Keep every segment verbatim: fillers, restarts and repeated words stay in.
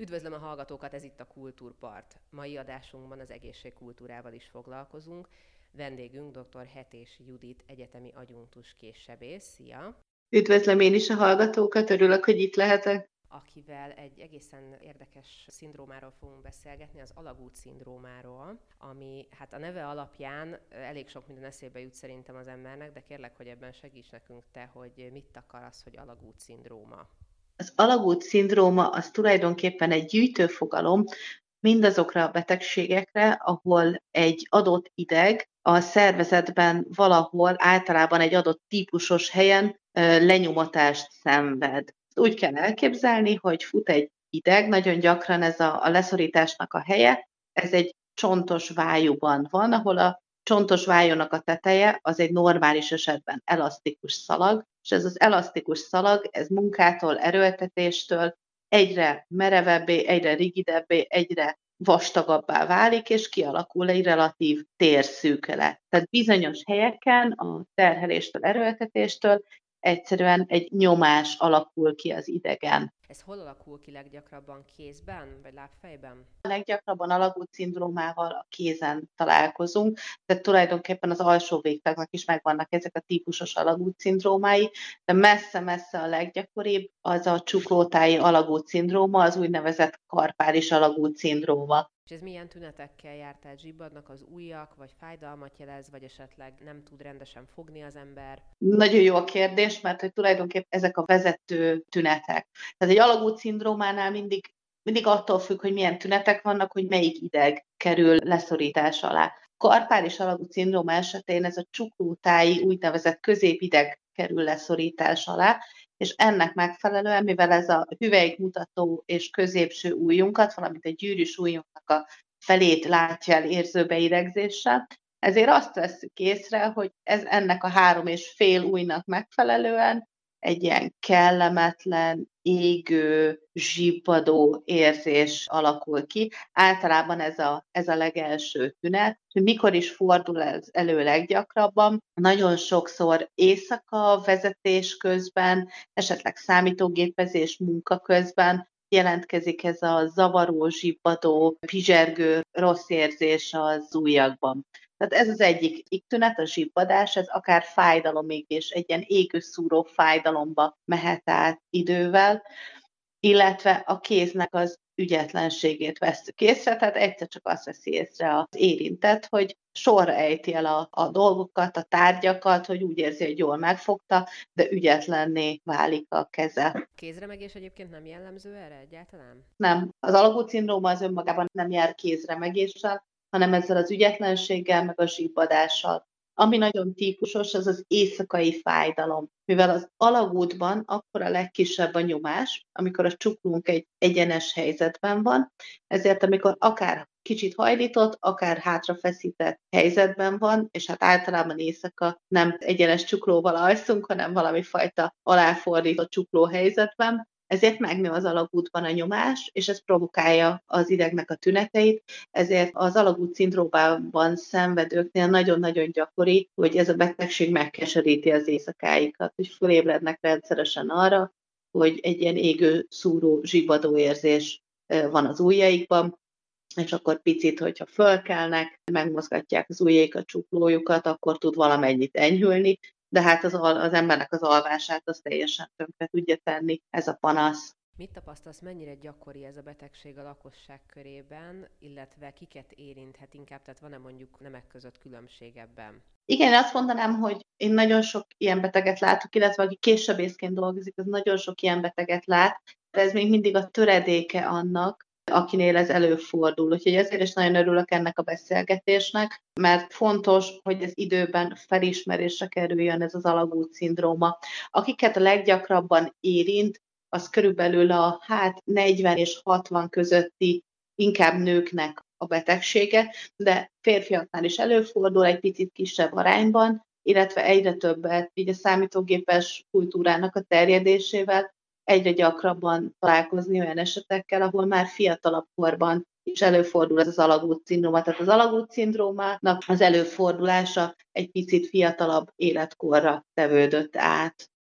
Üdvözlöm a hallgatókat, ez itt a Kultúrpart. Mai adásunkban az egészségkultúrával is foglalkozunk. Vendégünk dr. Hetés Judit, egyetemi adjunktus késsebész. Szia! Üdvözlöm én is a hallgatókat, örülök, hogy itt lehetek. Akivel egy egészen érdekes szindrómáról fogunk beszélgetni, az alagút-szindrómáról, ami hát a neve alapján elég sok minden eszébe jut szerintem az embernek, de kérlek, hogy ebben segíts nekünk te, hogy mit akar az, hogy alagút-szindróma. Az alagút-szindróma az tulajdonképpen egy gyűjtőfogalom mindazokra a betegségekre, ahol egy adott ideg a szervezetben valahol, általában egy adott típusos helyen lenyomatást szenved. Úgy kell elképzelni, hogy fut egy ideg, nagyon gyakran ez a, a leszorításnak a helye, ez egy csontos vájúban van, ahol a csontos vájónak a teteje az egy normális esetben elasztikus szalag, és ez az elasztikus szalag, ez munkától, erőltetéstől egyre merevebbé, egyre rigidebbé, egyre vastagabbá válik, és kialakul egy relatív térszűkület. Tehát bizonyos helyeken a terheléstől, erőltetéstől egyszerűen egy nyomás alakul ki az idegen. Ez hol alakul ki leggyakrabban? Kézben vagy lábfejben? A leggyakrabban alagút-szindrómával a kézen találkozunk, tehát tulajdonképpen az alsó végtagnak is megvannak ezek a típusos alagút-szindrómái, de messze-messze a leggyakoribb az a csuklótáji alagút-szindróma, az úgynevezett karpális alagút-szindróma. És ez milyen tünetekkel jár? Tehát zsibbadnak az ujjak, vagy fájdalmat jelez, vagy esetleg nem tud rendesen fogni az ember? Nagyon jó a kérdés, mert hogy tulajdonképpen ezek a vezető tünetek. Tehát egy alagút-szindrómánál mindig, mindig attól függ, hogy milyen tünetek vannak, hogy melyik ideg kerül leszorítás alá. Karpális alagút-szindróma esetén ez a csuklótáji úgynevezett középideg kerül leszorítás alá, és ennek megfelelően, mivel ez a hüvelykmutató és középső ujjunkat, valamint egy gyűrűs ujjunknak a felét látja el érzőbeidegzéssel, ezért azt vesszük észre, hogy ez ennek a három és fél ujjnak megfelelően egy ilyen kellemetlen, égő, zsibbadó érzés alakul ki. Általában ez a, ez a legelső tünet. Hogy mikor is fordul ez elő leggyakrabban? Nagyon sokszor éjszaka, vezetés közben, esetleg számítógépezés munka közben jelentkezik ez a zavaró, zsibbadó, pizsergő, rossz érzés az ujjakban. Tehát ez az egyik tünet, a zsibbadás, ez akár fájdalomig és egy ilyen égőszúró fájdalomba mehet át idővel, illetve a kéznek az ügyetlenségét vesszük észre, tehát egyszer csak azt veszi észre az érintett, hogy sorra ejti el a, a dolgokat, a tárgyakat, hogy úgy érzi, hogy jól megfogta, de ügyetlenné válik a keze. Kézremegés egyébként nem jellemző erre egyáltalán? Nem. Az alagút-szindróma az önmagában nem jár kézremegéssel, hanem ezzel az ügyetlenséggel, meg a zsibbadással. Ami nagyon típusos, az az éjszakai fájdalom. Mivel az alagútban akkor a legkisebb a nyomás, amikor a csuklónk egy egyenes helyzetben van, ezért amikor akár kicsit hajlított, akár hátrafeszített helyzetben van, és hát általában éjszaka nem egyenes csuklóval alszunk, hanem valami fajta aláfordított csukló helyzetben, ezért megnő az alagútban a nyomás, és ez provokálja az idegnek a tüneteit, ezért az alagút-szindrómában szenvedőknél nagyon-nagyon gyakori, hogy ez a betegség megkeseríti az éjszakáikat, hogy fölébrednek rendszeresen arra, hogy egy ilyen égő, szúró, zsibbadó érzés van az ujjaikban, és akkor picit, hogyha fölkelnek, megmozgatják az ujjaikat, csuklójukat, akkor tud valamennyit enyhülni, de hát az, az embernek az alvását az teljesen tönkre tudja tenni ez a panasz. Mit tapasztalsz, mennyire gyakori ez a betegség a lakosság körében, illetve kiket érinthet inkább, tehát van-e mondjuk nemek között különbség ebben? Igen, azt mondanám, hogy én nagyon sok ilyen beteget látok, illetve aki késsebészként dolgozik, az nagyon sok ilyen beteget lát, de ez még mindig a töredéke annak, akinél ez előfordul. Úgyhogy ezért is nagyon örülök ennek a beszélgetésnek, mert fontos, hogy ez időben felismerésre kerüljön ez az alagút-szindróma. Akiket a leggyakrabban érint, az körülbelül a hát negyven és hatvan közötti, inkább nőknek a betegsége, de férfiaknál is előfordul egy picit kisebb arányban, illetve egyre többet, így a számítógépes kultúrának a terjedésével egyre gyakrabban találkozni olyan esetekkel, ahol már fiatalabb korban is előfordul ez az alagút-szindróma. Tehát az alagút-szindrómának az előfordulása egy picit fiatalabb életkorra tevődött át.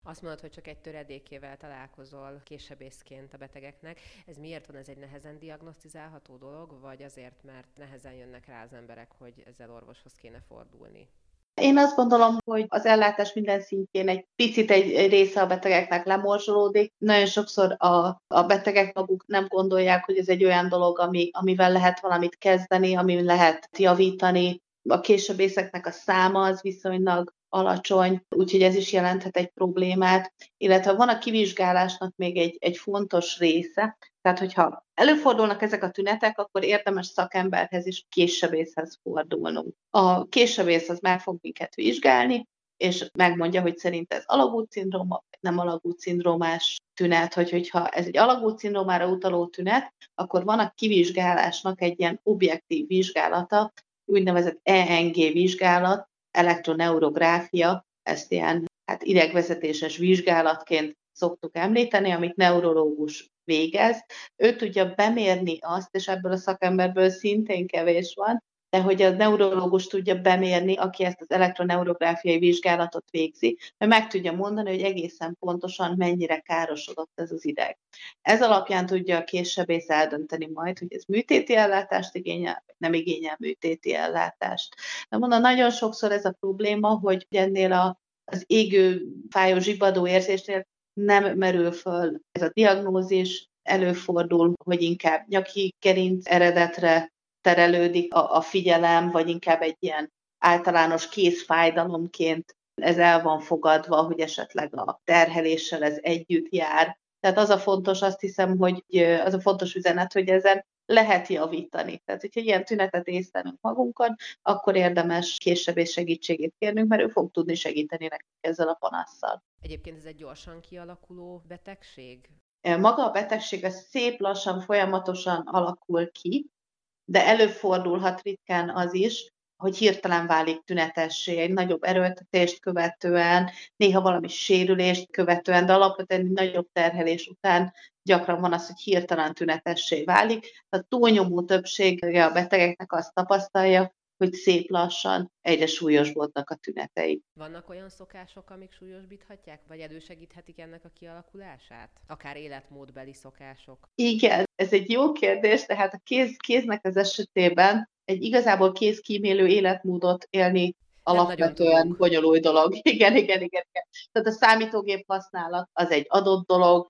Azt mondod, hogy csak egy töredékével találkozol késsebészként a betegeknek. Ez miért van? Ez egy nehezen diagnosztizálható dolog, vagy azért, mert nehezen jönnek rá az emberek, hogy ezzel orvoshoz kéne fordulni? Én azt gondolom, hogy az ellátás minden szintjén egy picit egy, egy része a betegeknek lemorzsolódik. Nagyon sokszor a, a betegek maguk nem gondolják, hogy ez egy olyan dolog, ami, amivel lehet valamit kezdeni, amin lehet javítani. A késsebészeknek a száma az viszonylag alacsony, úgyhogy ez is jelenthet egy problémát. Illetve van a kivizsgálásnak még egy, egy fontos része, tehát hogyha előfordulnak ezek a tünetek, akkor érdemes szakemberhez is késsebészhez fordulnunk. A késsebész az meg fog minket vizsgálni, és megmondja, hogy szerint ez alagút-szindróma, vagy nem alagút-szindrómás tünet, hogy, hogyha ez egy alagút-szindrómára utaló tünet, akkor van a kivizsgálásnak egy ilyen objektív vizsgálata, úgynevezett E N G vizsgálat, elektroneurográfia, ezt ilyen hát idegvezetéses vizsgálatként szoktuk említeni, amit neurológus végez. Ő tudja bemérni azt, és ebből a szakemberből szintén kevés van, de hogy a neurológus tudja bemérni, aki ezt az elektroneurográfiai vizsgálatot végzi, mert meg tudja mondani, hogy egészen pontosan mennyire károsodott ez az ideg. Ez alapján tudja a késsebész eldönteni majd, hogy ez műtéti ellátást igényel, vagy nem igényel műtéti ellátást. De mondom, nagyon sokszor ez a probléma, hogy ennél a, az égő, fájó, zsibbadó érzésnél nem merül föl ez a diagnózis, előfordul, hogy inkább nyaki gerinc eredetre terelődik a, a figyelem, vagy inkább egy ilyen általános kézfájdalomként ez el van fogadva, hogy esetleg a terheléssel ez együtt jár. Tehát az a fontos, azt hiszem, hogy az a fontos üzenet, hogy ezen lehet javítani. Tehát, hogyha ilyen tünetet észlelünk magunkon, akkor érdemes késsebész segítségét kérnünk, mert ő fog tudni segíteni nekünk ezzel a panasszal. Egyébként ez egy gyorsan kialakuló betegség? Maga a betegség az szép lassan, folyamatosan alakul ki, de előfordulhat ritkán az is, hogy hirtelen válik tünetessé, egy nagyobb erőltetést követően, néha valami sérülést követően, de alapvetően egy nagyobb terhelés után gyakran van az, hogy hirtelen tünetessé válik. A túlnyomó többsége a betegeknek azt tapasztalja, hogy szép lassan egyre súlyosbodnak a tünetei. Vannak olyan szokások, amik súlyosbíthatják, vagy elősegíthetik ennek a kialakulását? Akár életmódbeli szokások? Igen, ez egy jó kérdés, tehát a kéz, kéznek az esetében egy igazából kézkímélő életmódot élni alapvetően bonyolult dolog. Igen, igen, igen, igen. Tehát a számítógép használat az egy adott dolog,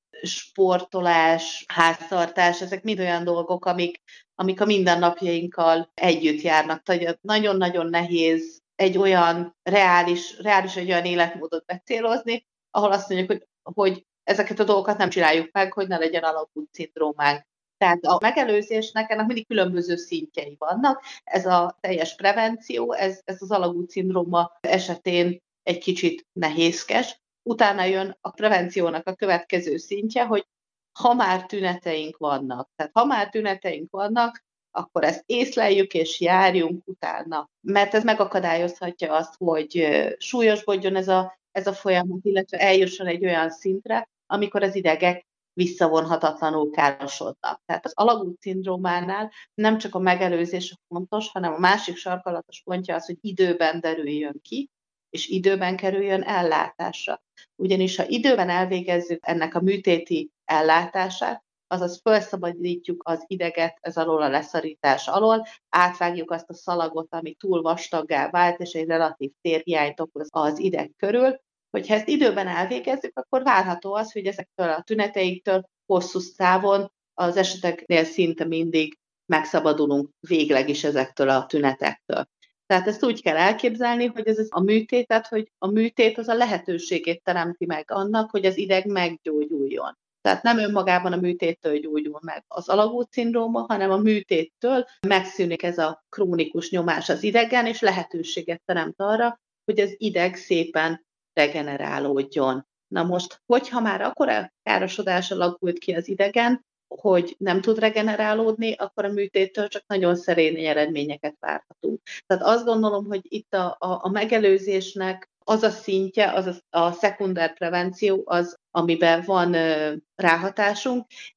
sportolás, háztartás, ezek mind olyan dolgok, amik, amik a mindennapjainkkal együtt járnak. Tehát nagyon-nagyon nehéz egy olyan reális, reális egy olyan életmódot becélozni, ahol azt mondjuk, hogy, hogy ezeket a dolgokat nem csináljuk meg, hogy ne legyen alagút-szindrómánk. Tehát a megelőzésnek ennek mindig különböző szintjei vannak. Ez a teljes prevenció, ez, ez az alagút-szindróma esetén egy kicsit nehézkes. Utána jön a prevenciónak a következő szintje, hogy ha már tüneteink vannak, tehát ha már tüneteink vannak, akkor ezt észleljük és járjunk utána. Mert ez megakadályozhatja azt, hogy súlyosbodjon ez a, ez a folyamat, illetve eljusson egy olyan szintre, amikor az idegek visszavonhatatlanul károsodnak. Tehát az alagút-szindrómánál nem csak a megelőzés a fontos, hanem a másik sarkalatos pontja az, hogy időben derüljön ki, és időben kerüljön ellátásra. Ugyanis ha időben elvégezzük ennek a műtéti ellátását, azaz felszabadítjuk az ideget ez alól a leszorítás alól, átvágjuk azt a szalagot, ami túl vastaggá vált, és egy relatív térhiányt okoz az ideg körül. Hogyha ezt időben elvégezzük, akkor várható az, hogy ezektől a tüneteiktől hosszú távon az eseteknél szinte mindig megszabadulunk végleg is ezektől a tünetektől. Tehát ezt úgy kell elképzelni, hogy ez a műtétet, hogy a műtét az a lehetőségét teremti meg annak, hogy az ideg meggyógyuljon. Tehát nem önmagában a műtéttől gyógyul meg az alagút-szindróma, hanem a műtéttől megszűnik ez a krónikus nyomás az idegen, és lehetőséget teremt arra, hogy az ideg szépen regenerálódjon. Na most, hogyha már akkora károsodás alakult ki az idegen, hogy nem tud regenerálódni, akkor a műtéttől csak nagyon szerény eredményeket várhatunk. Tehát azt gondolom, hogy itt a, a, a megelőzésnek az a szintje, az a, a szekunder prevenció, az, amiben van ö, ráhatásunk.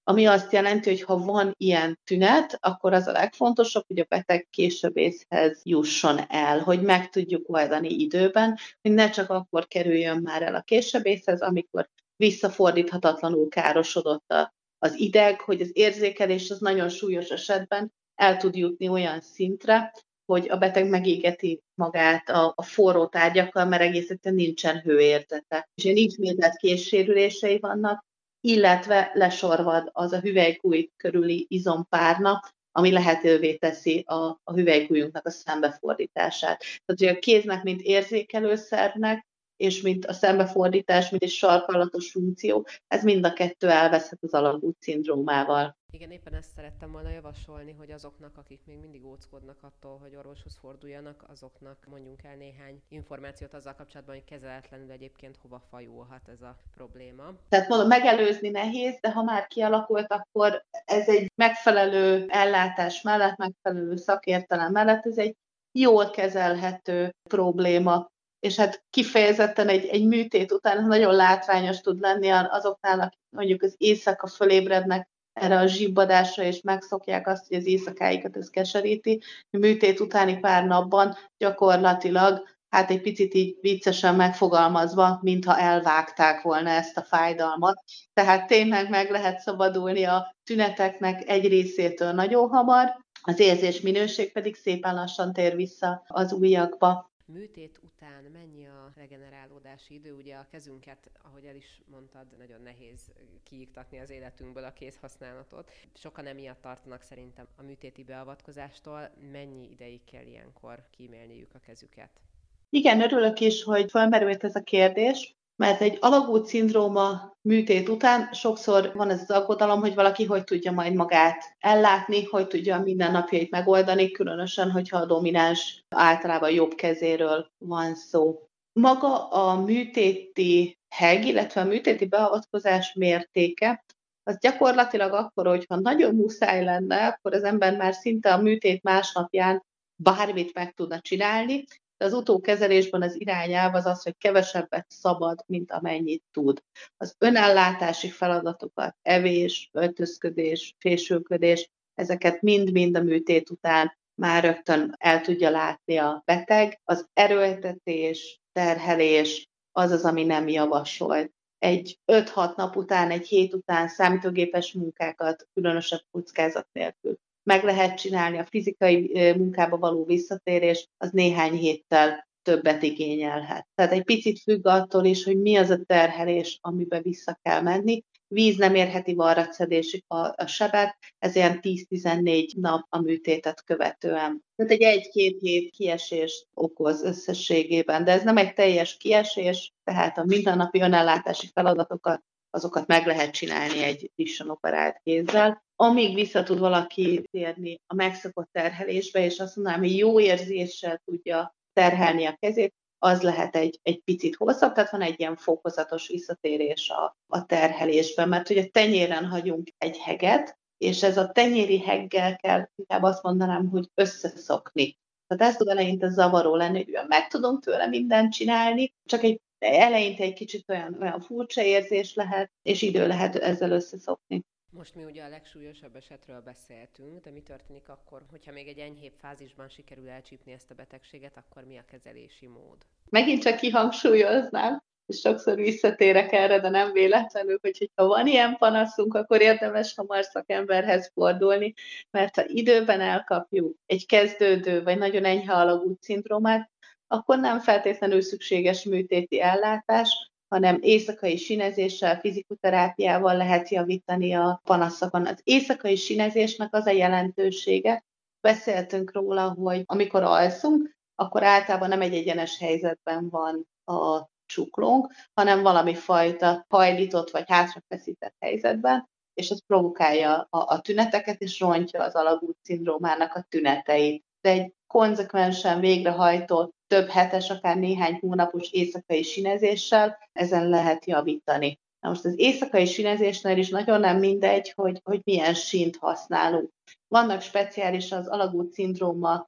ami azt jelenti, hogy ha van ilyen tünet, akkor az a legfontosabb, hogy a beteg későbészhez jusson el, hogy meg tudjuk oldani időben, hogy ne csak akkor kerüljön már el a későbészhez, amikor visszafordíthatatlanul károsodott a, az ideg, hogy az érzékelés az nagyon súlyos esetben el tud jutni olyan szintre, hogy a beteg megégeti magát a, a forró tárgyakkal, mert egész egyszerűen nincsen hőérzete. És ilyen ismételt kézsérülései vannak, illetve lesorvad az a hüvelykúj körüli izompárna, ami lehetővé teszi a, a hüvelykújunknak a szembefordítását. Tehát, hogy a kéznek, mint érzékelőszervnek, és mint a szembefordítás, mint egy sarkallatos funkció, ez mind a kettő elveszhet az alagút-szindrómával. Igen, éppen ezt szerettem volna javasolni, hogy azoknak, akik még mindig óckodnak attól, hogy orvoshoz forduljanak, azoknak mondjunk el néhány információt azzal kapcsolatban, hogy kezeletlenül egyébként hova fajulhat ez a probléma. Tehát mondom, megelőzni nehéz, de ha már kialakult, akkor ez egy megfelelő ellátás mellett, megfelelő szakértelem mellett, ez egy jól kezelhető probléma. És hát kifejezetten egy, egy műtét után nagyon látványos tud lenni azoknál, akik mondjuk az éjszaka fölébrednek erre a zsibbadásra, és megszokják azt, hogy az éjszakáikat ez keseríti. A műtét utáni pár napban gyakorlatilag, hát egy picit így viccesen megfogalmazva, mintha elvágták volna ezt a fájdalmat. Tehát tényleg meg lehet szabadulni a tüneteknek egy részétől nagyon hamar, az érzés minőség pedig szépen lassan tér vissza az ujjakba. Műtét után mennyi a regenerálódási idő? Ugye a kezünket, ahogy el is mondtad, nagyon nehéz kiiktatni az életünkből a kézhasználatot. Sokan emiatt tartanak szerintem a műtéti beavatkozástól. Mennyi ideig kell ilyenkor kímélniük a kezüket? Igen, örülök is, hogy felmerült ez a kérdés, mert egy alagút-szindróma műtét után sokszor van ez az aggodalom, hogy valaki hogy tudja majd magát ellátni, hogy tudja a mindennapjait megoldani, különösen, hogyha a domináns, általában jobb kezéről van szó. Maga a műtéti heg, illetve a műtéti beavatkozás mértéke, az gyakorlatilag akkor, hogyha nagyon muszáj lenne, akkor az ember már szinte a műtét másnapján bármit meg tudna csinálni, de az utókezelésben az irányelv az az, hogy kevesebbet szabad, mint amennyit tud. Az önellátási feladatokat, evés, öltözködés, fésülködés, ezeket mind-mind a műtét után már rögtön el tudja látni a beteg. Az erőltetés, terhelés az az, ami nem javasolt. Egy öt-hat nap után, egy hét után számítógépes munkákat különösebb kockázat nélkül meg lehet csinálni, a fizikai munkába való visszatérés, az néhány héttel többet igényelhet. Tehát egy picit függ attól is, hogy mi az a terhelés, amiben vissza kell menni. Víz nem érheti varratszedésig a, a sebet, ez ilyen tíz-tizennégy nap a műtétet követően. Tehát egy egy-két hét kiesést okoz összességében, de ez nem egy teljes kiesés, tehát a mindennapi önellátási feladatokat, azokat meg lehet csinálni egy frissen operált kézzel. Amíg vissza tud valaki térni a megszokott terhelésbe, és azt mondanám, hogy jó érzéssel tudja terhelni a kezét, az lehet egy, egy picit hosszabb, tehát van egy ilyen fokozatos visszatérés a, a terhelésben, mert hogy a tenyéren hagyunk egy heget, és ez a tenyéri heggel kell, inkább azt mondanám, hogy összeszokni. Tehát ez tud eleinte zavaró lenni, hogy meg tudunk tőle mindent csinálni, csak egy eleinte egy kicsit olyan, olyan furcsa érzés lehet, és idő lehet ezzel összeszokni. Most mi ugye a legsúlyosabb esetről beszéltünk, de mi történik akkor, hogyha még egy enyhébb fázisban sikerül elcsípni ezt a betegséget, akkor mi a kezelési mód? Megint csak kihangsúlyoznám, és sokszor visszatérek erre, de nem véletlenül, hogy ha van ilyen panaszunk, akkor érdemes hamar szakemberhez fordulni, mert ha időben elkapjuk egy kezdődő vagy nagyon enyhe alagút-szindrómát, akkor nem feltétlenül szükséges műtéti ellátás, hanem éjszakai sinezéssel, fizikoterápiával lehet javítani a panaszokon. Az éjszakai sinezésnek az a jelentősége, beszéltünk róla, hogy amikor alszunk, akkor általában nem egy egyenes helyzetben van a csuklónk, hanem valami fajta hajlított vagy hátrafeszített helyzetben, és az provokálja a, a tüneteket, és rontja az alagút-szindrómának a tüneteit. De egy konzekvensen végrehajtott, több hetes, akár néhány hónapos éjszakai sinezéssel ezen lehet javítani. Na most az éjszakai sinezésnél is nagyon nem mindegy, hogy, hogy milyen sínt használunk. Vannak speciális az alagút-szindróma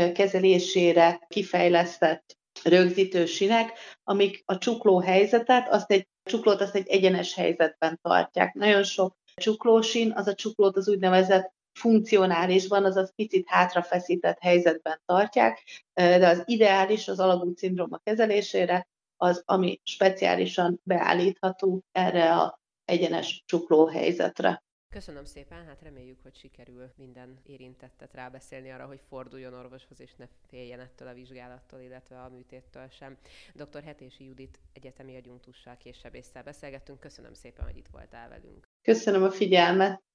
kezelésére kifejlesztett rögzítő sinek, amik a csukló helyzetet, azt egy csuklót azt egy egyenes helyzetben tartják. Nagyon sok csuklósin, az a csuklót az úgynevezett funkcionálisban, azaz picit hátrafeszített helyzetben tartják, de az ideális az alagút-szindróma kezelésére az, ami speciálisan beállítható erre az egyenes csukló helyzetre. Köszönöm szépen, hát reméljük, hogy sikerül minden érintettet rábeszélni arra, hogy forduljon orvoshoz, és ne féljen ettől a vizsgálattól, illetve a műtéttől sem. dr. Hetési Judit egyetemi adjunktussal, késsebésszel beszélgettünk. Köszönöm szépen, hogy itt voltál velünk. Köszönöm a figyelmet!